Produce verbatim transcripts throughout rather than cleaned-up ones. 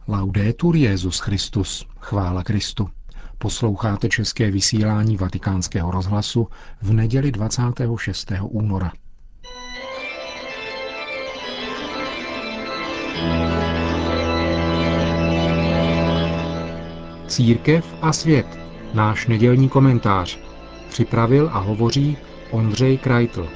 Laudetur Jesus Christus, chvála Kristu. Posloucháte české vysílání Vatikánského rozhlasu v neděli dvacátého šestého února. Církev a svět. Náš nedělní komentář. Připravil a hovoří Ondřej Krajtl.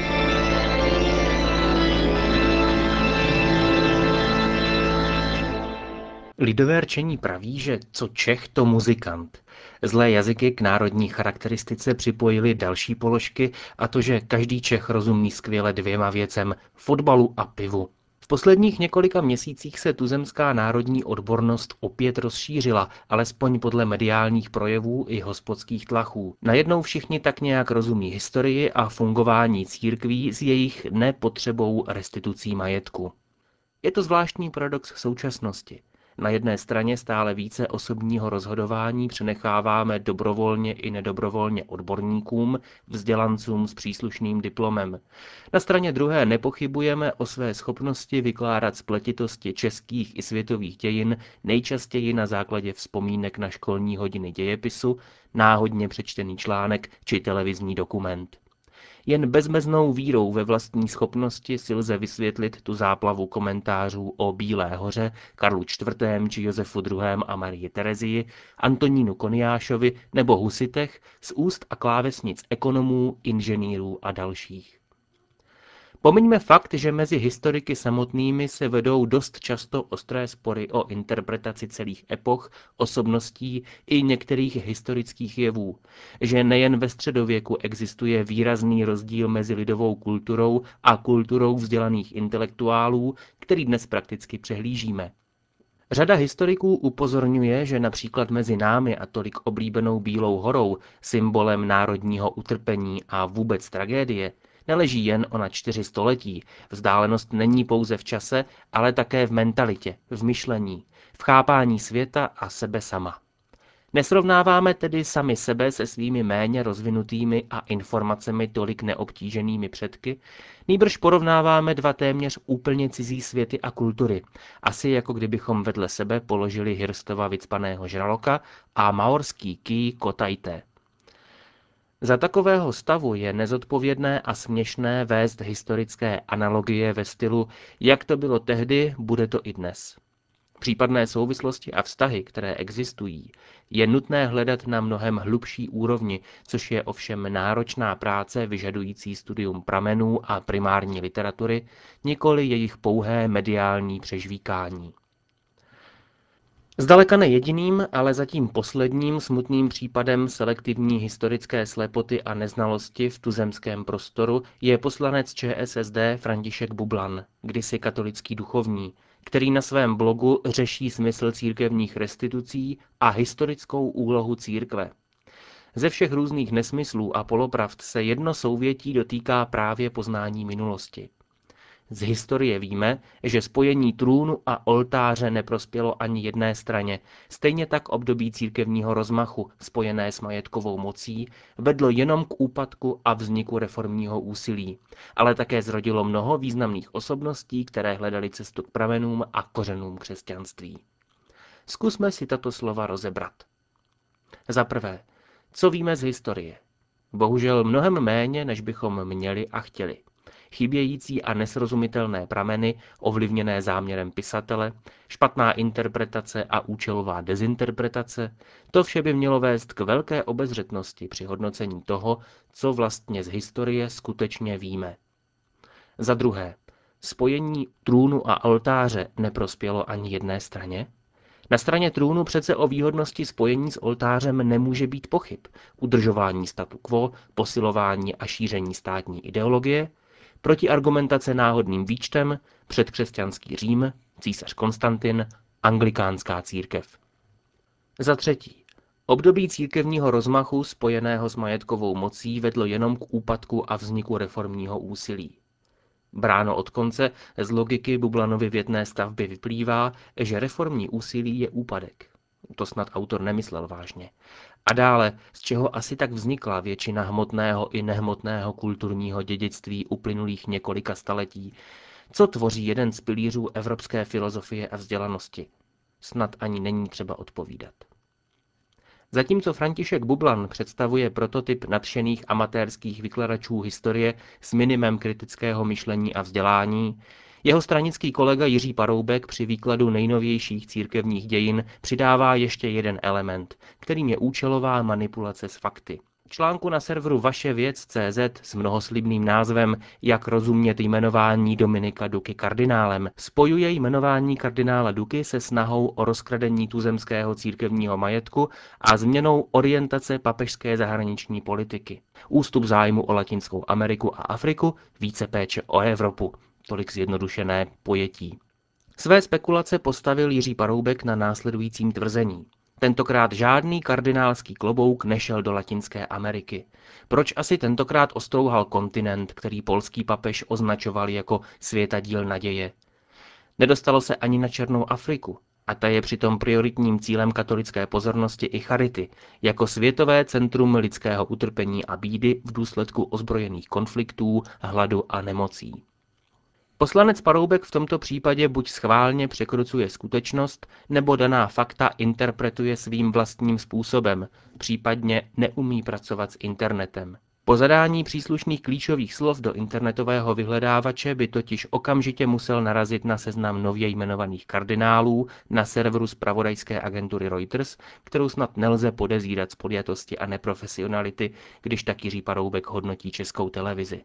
Lidové rčení praví, že co Čech, to muzikant. Zlé jazyky k národní charakteristice připojili další položky, a to, že každý Čech rozumí skvěle dvěma věcem – fotbalu a pivu. V posledních několika měsících se tuzemská národní odbornost opět rozšířila, alespoň podle mediálních projevů i hospodských tlachů. Najednou všichni tak nějak rozumí historii a fungování církví s jejich nepotřebou restitucí majetku. Je to zvláštní paradox současnosti. Na jedné straně stále více osobního rozhodování přenecháváme dobrovolně i nedobrovolně odborníkům, vzdělancům s příslušným diplomem. Na straně druhé nepochybujeme o své schopnosti vykládat spletitosti českých i světových dějin nejčastěji na základě vzpomínek na školní hodiny dějepisu, náhodně přečtený článek či televizní dokument. Jen bezmeznou vírou ve vlastní schopnosti si lze vysvětlit tu záplavu komentářů o Bílé hoře, Karlu čtvrtém. či Josefu druhém. a Marii Terezii, Antonínu Koniášovi nebo husitech z úst a klávesnic ekonomů, inženýrů a dalších. Pomiňme fakt, že mezi historiky samotnými se vedou dost často ostré spory o interpretaci celých epoch, osobností i některých historických jevů, že nejen ve středověku existuje výrazný rozdíl mezi lidovou kulturou a kulturou vzdělaných intelektuálů, který dnes prakticky přehlížíme. Řada historiků upozorňuje, že například mezi námi a tolik oblíbenou Bílou horou, symbolem národního utrpení a vůbec tragédie, neleží jen ona čtyři století. Vzdálenost není pouze v čase, ale také v mentalitě, v myšlení, v chápání světa a sebe sama. Nesrovnáváme tedy sami sebe se svými méně rozvinutými a informacemi tolik neobtíženými předky, nýbrž porovnáváme dva téměř úplně cizí světy a kultury, asi jako kdybychom vedle sebe položili Hirstova vycpaného žraloka a maorský ký kotajté. Za takového stavu je nezodpovědné a směšné vést historické analogie ve stylu jak to bylo tehdy, bude to i dnes. Případné souvislosti a vztahy, které existují, je nutné hledat na mnohem hlubší úrovni, což je ovšem náročná práce vyžadující studium pramenů a primární literatury, nikoli jejich pouhé mediální přežvíkání. Zdaleka ne jediným, ale zatím posledním smutným případem selektivní historické slepoty a neznalosti v tuzemském prostoru je poslanec ČSSD František Bublan, kdysi katolický duchovní, který na svém blogu řeší smysl církevních restitucí a historickou úlohu církve. Ze všech různých nesmyslů a polopravd se jedno souvětí dotýká právě poznání minulosti. Z historie víme, že spojení trůnu a oltáře neprospělo ani jedné straně, stejně tak období církevního rozmachu, spojené s majetkovou mocí, vedlo jenom k úpadku a vzniku reformního úsilí, ale také zrodilo mnoho významných osobností, které hledaly cestu k pramenům a kořenům křesťanství. Zkusme si tato slova rozebrat. Za prvé, co víme z historie? Bohužel mnohem méně, než bychom měli a chtěli. Chybějící a nesrozumitelné prameny, ovlivněné záměrem pisatele, špatná interpretace a účelová dezinterpretace, to vše by mělo vést k velké obezřetnosti při hodnocení toho, co vlastně z historie skutečně víme. Za druhé, spojení trůnu a oltáře neprospělo ani jedné straně? Na straně trůnu přece o výhodnosti spojení s oltářem nemůže být pochyb. Udržování statu quo, posilování a šíření státní ideologie, protiargumentace náhodným výčtem, předkřesťanský Řím, císař Konstantin, anglikánská církev. Za třetí, období církevního rozmachu spojeného s majetkovou mocí vedlo jenom k úpadku a vzniku reformního úsilí. Bráno od konce, z logiky Bublanovy větné stavby vyplývá, že reformní úsilí je úpadek. To snad autor nemyslel vážně. A dále, z čeho asi tak vznikla většina hmotného i nehmotného kulturního dědictví uplynulých několika staletí, co tvoří jeden z pilířů evropské filozofie a vzdělanosti. snad ani není třeba odpovídat. Zatímco František Bublan představuje prototyp nadšených amatérských vykladačů historie s minimem kritického myšlení a vzdělání, jeho stranický kolega Jiří Paroubek při výkladu nejnovějších církevních dějin přidává ještě jeden element, kterým je účelová manipulace s fakty. V článku na serveru vaše věc tečka cé zet s mnohoslibným názvem Jak rozumět jmenování Dominika Duky kardinálem spojuje jmenování kardinála Duky se snahou o rozkradení tuzemského církevního majetku a změnou orientace papežské zahraniční politiky. Ústup zájmu o Latinskou Ameriku a Afriku, více péče o Evropu. Tolik zjednodušené pojetí. Své spekulace postavil Jiří Paroubek na následujícím tvrzení. Tentokrát žádný kardinálský klobouk nešel do Latinské Ameriky. Proč asi tentokrát ostrouhal kontinent, který polský papež označoval jako světadíl naděje? Nedostalo se ani na Černou Afriku, a ta je přitom prioritním cílem katolické pozornosti i charity, jako světové centrum lidského utrpení a bídy v důsledku ozbrojených konfliktů, hladu a nemocí. Poslanec Paroubek v tomto případě buď schválně překrucuje skutečnost, nebo daná fakta interpretuje svým vlastním způsobem, případně neumí pracovat s internetem. Po zadání příslušných klíčových slov do internetového vyhledávače by totiž okamžitě musel narazit na seznam nově jmenovaných kardinálů na serveru zpravodajské agentury Reuters, kterou snad nelze podezírat z podjatosti a neprofesionality, když tak Jiří Paroubek hodnotí Českou televizi.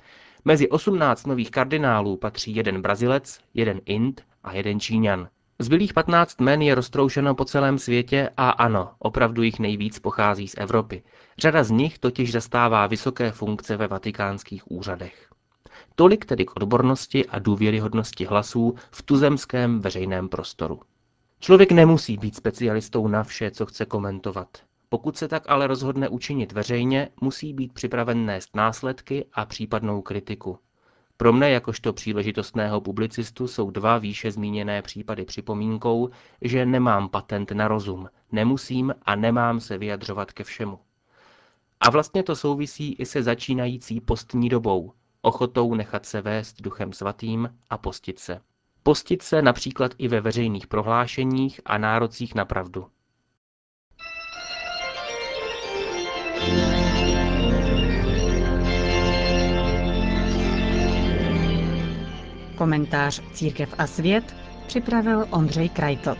Mezi osmnáct nových kardinálů patří jeden Brazilec, jeden Ind a jeden Číňan. Zbylých patnáct jmen je roztroušeno po celém světě a ano, opravdu jich nejvíc pochází z Evropy. Řada z nich totiž zastává vysoké funkce ve vatikánských úřadech. Tolik tedy k odbornosti a důvěryhodnosti hlasů v tuzemském veřejném prostoru. Člověk nemusí být specialistou na vše, co chce komentovat. Pokud se tak ale rozhodne učinit veřejně, musí být připraven nést následky a případnou kritiku. Pro mne jakožto příležitostného publicistu jsou dva výše zmíněné případy připomínkou, že nemám patent na rozum, nemusím a nemám se vyjadřovat ke všemu. A vlastně to souvisí i se začínající postní dobou, ochotou nechat se vést Duchem Svatým a postit se. Postit se například i ve veřejných prohlášeních a nárocích na pravdu. Komentář Církev a svět připravil Ondřej Krajtl.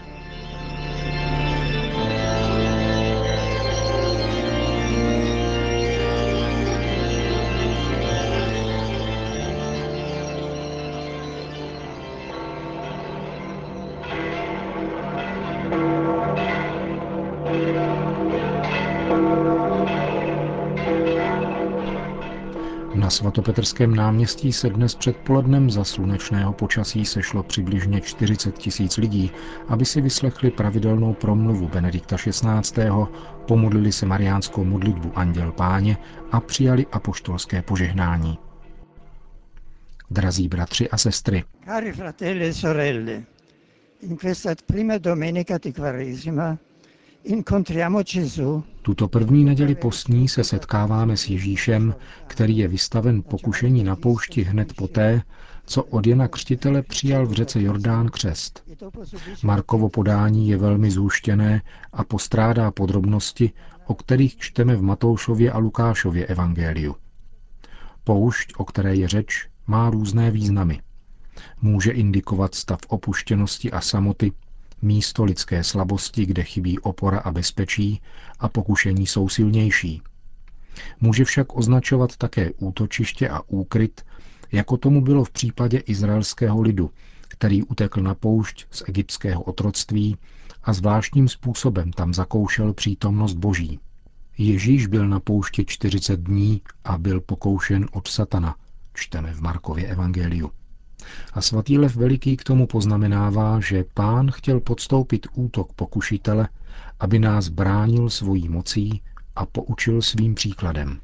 Na svatopetrském náměstí se dnes předpolednem za slunečného počasí sešlo přibližně čtyřicet tisíc lidí, aby si vyslechli pravidelnou promluvu Benedikta šestnáctého, pomodlili se mariánskou modlitbu Anděl Páně a přijali apoštolské požehnání. Drazí bratři a sestry, Cari fratelli e sorelle, in questa prima domenica di Quaresima incontriamo Gesù. Tuto první neděli postní se setkáváme s Ježíšem, který je vystaven pokušení na poušti hned poté, co od Jana Křtitele přijal v řece Jordán křest. Markovo podání je velmi zúštěné a postrádá podrobnosti, o kterých čteme v Matoušově a Lukášově evangeliu. Poušť, o které je řeč, má různé významy. Může indikovat stav opuštěnosti a samoty, místo lidské slabosti, kde chybí opora a bezpečí a pokušení jsou silnější. Může však označovat také útočiště a úkryt, jako tomu bylo v případě izraelského lidu, který utekl na poušť z egyptského otroctví a zvláštním způsobem tam zakoušel přítomnost Boží. Ježíš byl na poušti čtyřicet dní a byl pokoušen od satana, čteme v Markově evangeliu. A svatý Lev Veliký k tomu poznamenává, že Pán chtěl podstoupit útok pokušitele, aby nás bránil svojí mocí a poučil svým příkladem.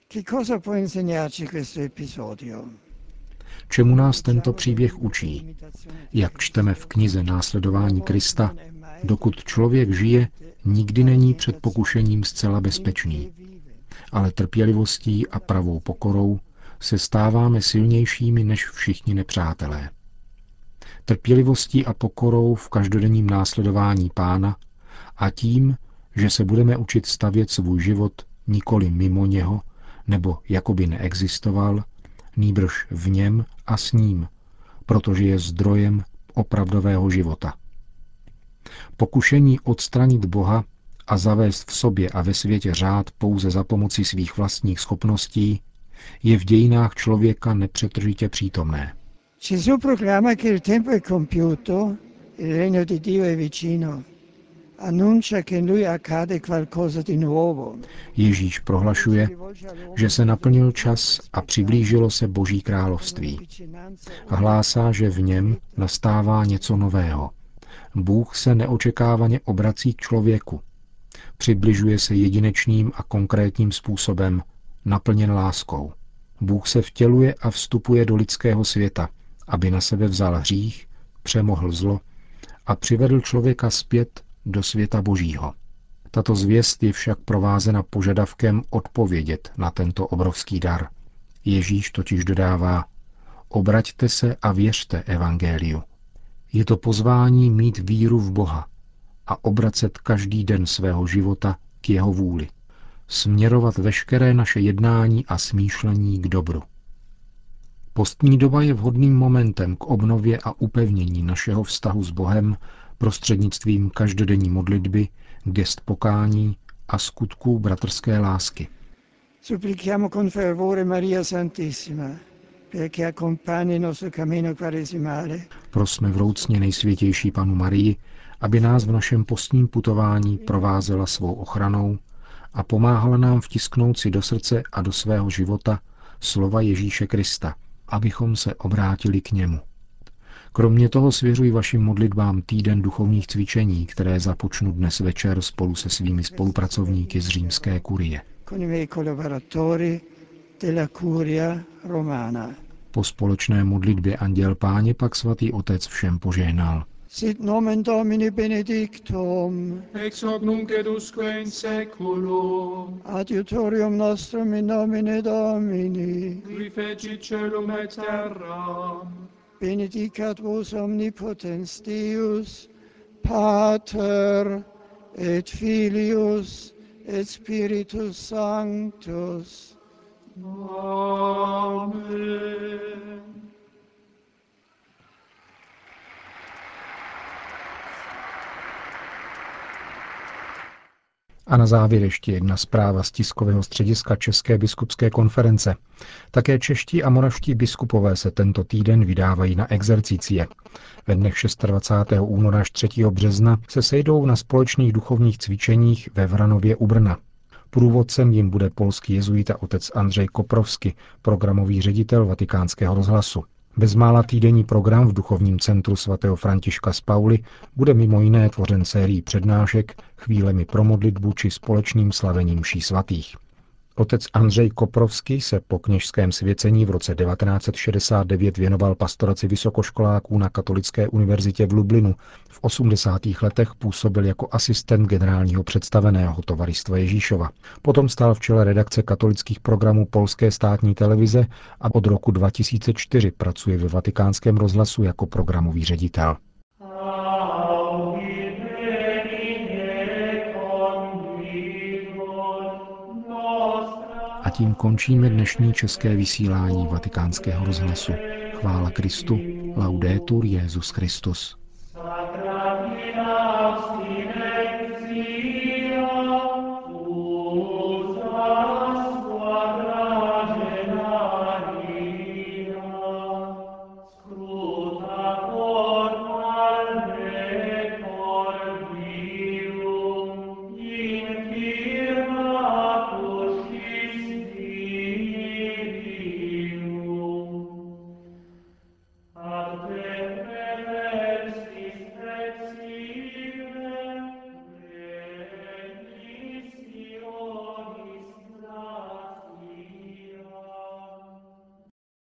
Čemu nás tento příběh učí? Jak čteme v knize Následování Krista, dokud člověk žije, nikdy není před pokušením zcela bezpečný. Ale trpělivostí a pravou pokorou se stáváme silnějšími než všichni nepřátelé. trpělivostí a pokorou v každodenním následování Pána a tím, že se budeme učit stavět svůj život nikoli mimo něho, nebo jakoby neexistoval, nýbrž v něm a s ním, protože je zdrojem opravdového života. Pokušení odstranit Boha a zavést v sobě a ve světě řád pouze za pomoci svých vlastních schopností je v dějinách člověka nepřetržitě přítomné. Gesù proclama che il tempo è compiuto, il regno di Dio è vicino. Annuncia che in lui accade qualcosa di nuovo. Ježíš prohlašuje, že se naplnil čas a přiblížilo se Boží království. A hlásá, že v něm nastává něco nového. Bůh se neočekávaně obrací k člověku. Přibližuje se jedinečným a konkrétním způsobem, naplněn láskou. Bůh se vtěluje a vstupuje do lidského světa, aby na sebe vzal hřích, přemohl zlo a přivedl člověka zpět do světa Božího. Tato zvěst je však provázena požadavkem odpovědět na tento obrovský dar. Ježíš totiž dodává: obraťte se a věřte evangeliu. Je to pozvání mít víru v Boha a obracet každý den svého života k jeho vůli. Směrovat veškeré naše jednání a smýšlení k dobru. Postní doba je vhodným momentem k obnově a upevnění našeho vztahu s Bohem prostřednictvím každodenní modlitby, gest pokání a skutků bratrské lásky. Supplichiamo con fervore Maria Santissima, perché accompagni il nostro cammino quaresimale. Prosme vroucně nejsvětější Panu Marii, aby nás v našem postním putování provázela svou ochranou a pomáhala nám vtisknout si do srdce a do svého života slova Ježíše Krista, abychom se obrátili k němu. Kromě toho svěřuji vašim modlitbám týden duchovních cvičení, které započnu dnes večer spolu se svými spolupracovníky z římské kurie. Po společné modlitbě Anděl Páně pak svatý otec všem požehnal. Sit nomen Domini benedictum, ex hoc nunc et usque in seculum, adiutorium nostrum in nomine Domini, qui fecit caelum et terram. benedicat vos omnipotens Deus, Pater et Filius et Spiritus Sanctus. Amen. A na závěr ještě jedna zpráva z tiskového střediska České biskupské konference. Také čeští a moravští biskupové se tento týden vydávají na exercicie. Ve dnech dvacátého šestého února až třetího března se sejdou na společných duchovních cvičeních ve Vranově u Brna. Průvodcem jim bude polský jezuita otec Andřej Koprovsky, programový ředitel Vatikánského rozhlasu. Bezmála týdenní program v duchovním centru svatého Františka z Pauly bude mimo jiné tvořen sérií přednášek, chvílemi pro modlitbu či společným slavením mší svatých. Otec Andřej Koprovský se po kněžském svěcení v roce devatenáct set šedesát devět věnoval pastoraci vysokoškoláků na Katolické univerzitě v Lublinu. V osmdesátých letech působil jako asistent generálního představeného Tovaristva Ježíšova. Potom stál v čele redakce katolických programů polské státní televize a od roku dva tisíce čtyři pracuje ve Vatikánském rozhlasu jako programový ředitel. A tím končíme dnešní české vysílání Vatikánského rozhlasu. Chvála Kristu, laudetur Jesus Christus.